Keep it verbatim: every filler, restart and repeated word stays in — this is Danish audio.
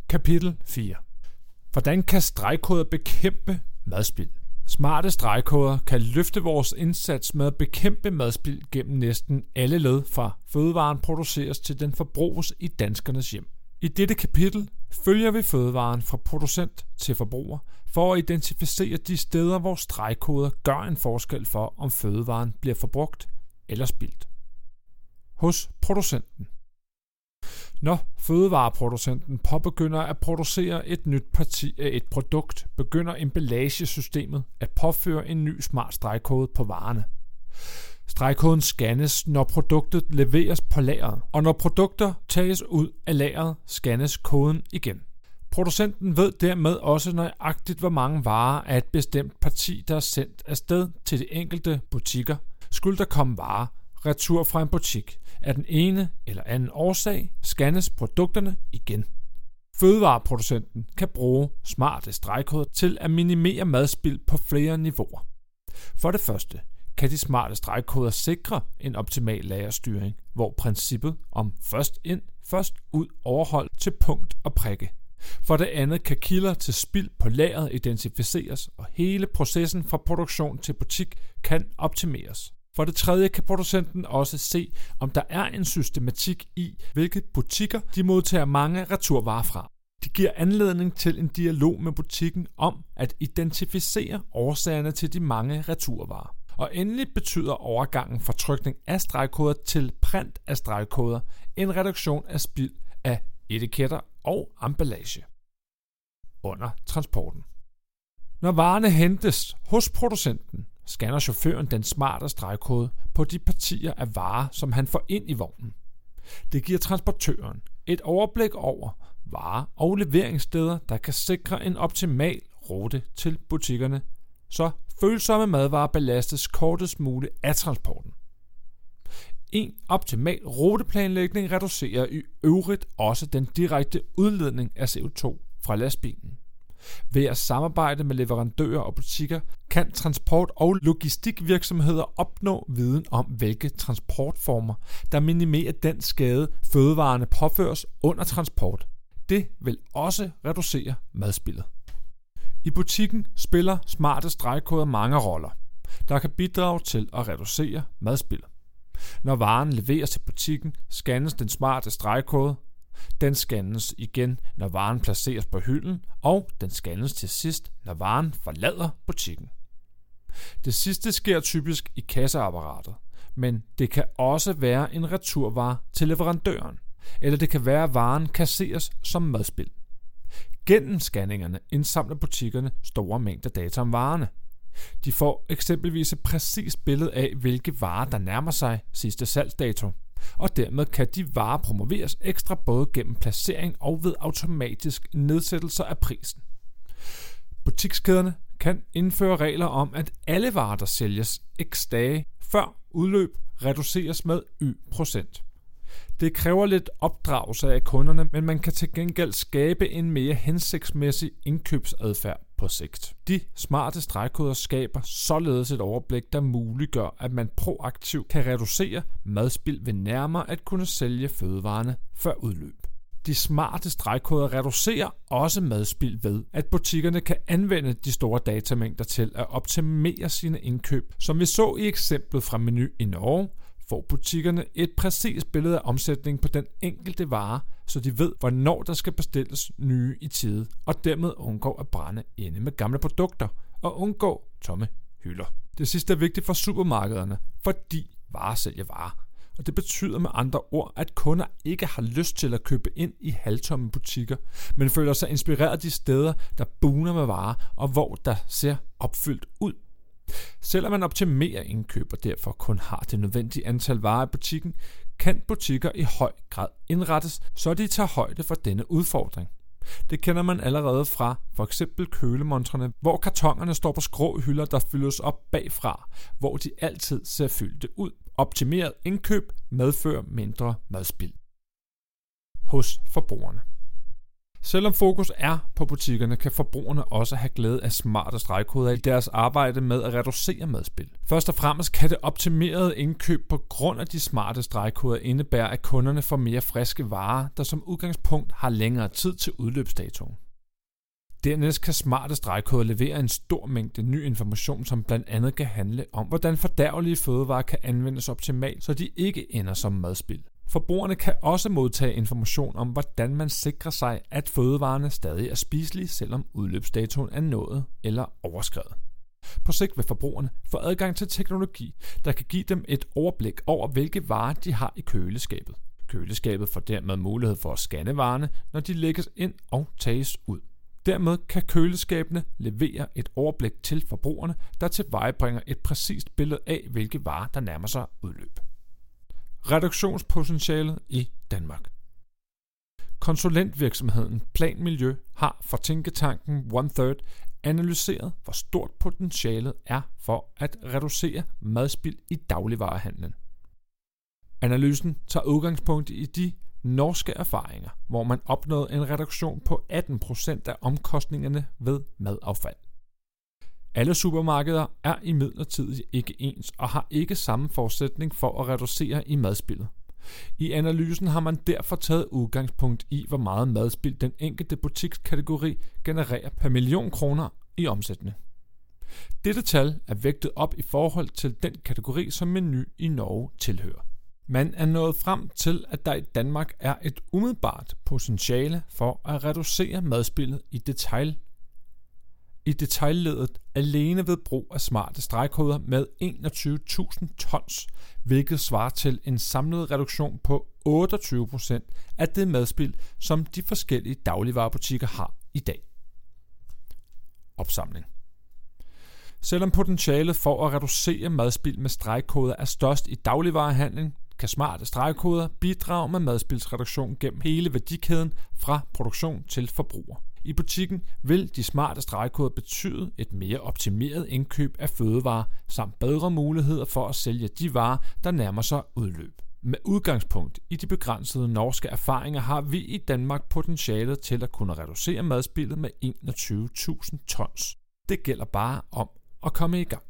Kapitel fire. Hvordan kan stregkoder bekæmpe madspild? Smarte stregkoder kan løfte vores indsats med at bekæmpe madspild gennem næsten alle led fra fødevaren produceres til den forbruges i danskernes hjem. I dette kapitel følger vi fødevaren fra producent til forbruger for at identificere de steder, hvor stregkoder gør en forskel for, om fødevaren bliver forbrugt eller spildt. Hos producenten. Når fødevareproducenten påbegynder at producere et nyt parti af et produkt, begynder emballagesystemet at påføre en ny smart stregkode på varerne. Stregkoden scannes, når produktet leveres på lageret, og når produkter tages ud af lageret, scannes koden igen. Producenten ved dermed også nøjagtigt, hvor mange varer af et bestemt parti, der er sendt afsted til de enkelte butikker. Skulle der komme varer retur fra en butik, af den ene eller anden årsag, scannes produkterne igen. Fødevareproducenten kan bruge smarte stregkoder til at minimere madspild på flere niveauer. For det første kan de smarte stregkoder sikre en optimal lagerstyring, hvor princippet om først ind, først ud overholdt til punkt og prikke. For det andet kan kilder til spild på lageret identificeres, og hele processen fra produktion til butik kan optimeres. For det tredje kan producenten også se, om der er en systematik i, hvilke butikker de modtager mange returvarer fra. Det giver anledning til en dialog med butikken om at identificere årsagerne til de mange returvarer. Og endelig betyder overgangen fra trykning af stregkoder til print af stregkoder en reduktion af spild af etiketter og emballage. Under transporten. Når varerne hentes hos producenten, scanner chaufføren den smarte stregkode på de partier af varer, som han får ind i vognen. Det giver transportøren et overblik over varer og leveringssteder, der kan sikre en optimal rute til butikkerne, så følsomme madvarer belastes kortest muligt af transporten. En optimal ruteplanlægning reducerer i øvrigt også den direkte udledning af C O to fra lastbilen. Ved at samarbejde med leverandører og butikker kan transport- og logistikvirksomheder opnå viden om, hvilke transportformer, der minimerer den skade, fødevarene påføres under transport. Det vil også reducere madspildet. I butikken spiller smarte stregkoder mange roller, der kan bidrage til at reducere madspildet. Når varen leveres til butikken, scannes den smarte stregkode. Den scannes igen, når varen placeres på hylden, og den scannes til sidst, når varen forlader butikken. Det sidste sker typisk i kasseapparatet, men det kan også være en returvare til leverandøren, eller det kan være, at varen kasseres som madspild. Gennem scanningerne indsamler butikkerne store mængder data om varerne. De får eksempelvis et præcist billede af, hvilke varer, der nærmer sig sidste salgsdato, og dermed kan de varer promoveres ekstra både gennem placering og ved automatisk nedsættelser af prisen. Butikskæderne kan indføre regler om, at alle varer, der sælges x dage før udløb, reduceres med y procent. Det kræver lidt opdragelse af kunderne, men man kan til gengæld skabe en mere hensigtsmæssig indkøbsadfærd på sigt. De smarte stregkoder skaber således et overblik, der muliggør, at man proaktivt kan reducere madspild ved nærmere at kunne sælge fødevarene før udløb. De smarte stregkoder reducerer også madspild ved, at butikkerne kan anvende de store datamængder til at optimere sine indkøb. Som vi så i eksemplet fra Meny i Norge, får butikkerne et præcist billede af omsætningen på den enkelte vare, så de ved, hvornår der skal bestilles nye i tide, og dermed undgår at brænde inde med gamle produkter og undgå tomme hylder. Det sidste er vigtigt for supermarkederne, fordi varer sælger varer. Og det betyder med andre ord, at kunder ikke har lyst til at købe ind i halvtomme butikker, men føler sig inspireret de steder, der bugner med varer, og hvor der ser opfyldt ud. Selvom man optimerer indkøb og derfor kun har det nødvendige antal varer i butikken, kan butikker i høj grad indrettes, så de tager højde for denne udfordring. Det kender man allerede fra for eksempel kølemontrene, hvor kartonerne står på skrå hylder, der fyldes op bagfra, hvor de altid ser fyldte ud. Optimeret indkøb medfører mindre madspild hos forbrugerne. Selvom fokus er på butikkerne, kan forbrugerne også have glæde af smarte stregkoder i deres arbejde med at reducere madspild. Først og fremmest kan det optimerede indkøb på grund af de smarte stregkoder indebære, at kunderne får mere friske varer, der som udgangspunkt har længere tid til udløbsdatoen. Dernæst kan smarte stregkoder levere en stor mængde ny information, som blandt andet kan handle om, hvordan fordærvelige fødevarer kan anvendes optimalt, så de ikke ender som madspild. Forbrugerne kan også modtage information om, hvordan man sikrer sig, at fødevarerne stadig er spiselige, selvom udløbsdatoen er nået eller overskredet. På sigt vil forbrugerne få adgang til teknologi, der kan give dem et overblik over, hvilke varer de har i køleskabet. Køleskabet får dermed mulighed for at scanne varerne, når de lægges ind og tages ud. Dermed kan køleskabene levere et overblik til forbrugerne, der tilvejebringer et præcist billede af, hvilke varer der nærmer sig udløb. Reduktionspotentialet i Danmark. Konsulentvirksomheden Plan Miljø har for tænketanken One Third analyseret, hvor stort potentialet er for at reducere madspild i dagligvarehandlen. Analysen tager udgangspunkt i de norske erfaringer, hvor man opnåede en reduktion på atten procent af omkostningerne ved madaffald. Alle supermarkeder er imidlertid ikke ens og har ikke samme forudsætning for at reducere i madspildet. I analysen har man derfor taget udgangspunkt i, hvor meget madspild den enkelte butikskategori genererer per million kroner i omsætning. Dette tal er vægtet op i forhold til den kategori, som Meny i Norge tilhører. Man er nået frem til, at der i Danmark er et umiddelbart potentiale for at reducere madspildet i detail i detailledet alene ved brug af smarte stregkoder med enogtyve tusind tons, hvilket svarer til en samlet reduktion på otteogtyve procent af det madspild, som de forskellige dagligvarebutikker har i dag. Opsamling. Selvom potentialet for at reducere madspild med stregkoder er størst i dagligvarehandlen, kan smarte stregkoder bidrage med madspildsreduktion gennem hele værdikæden fra produktion til forbruger. I butikken vil de smarte stregkoder betyde et mere optimeret indkøb af fødevarer samt bedre muligheder for at sælge de varer, der nærmer sig udløb. Med udgangspunkt i de begrænsede norske erfaringer har vi i Danmark potentialet til at kunne reducere madspildet med enogtyve tusind tons. Det gælder bare om at komme i gang.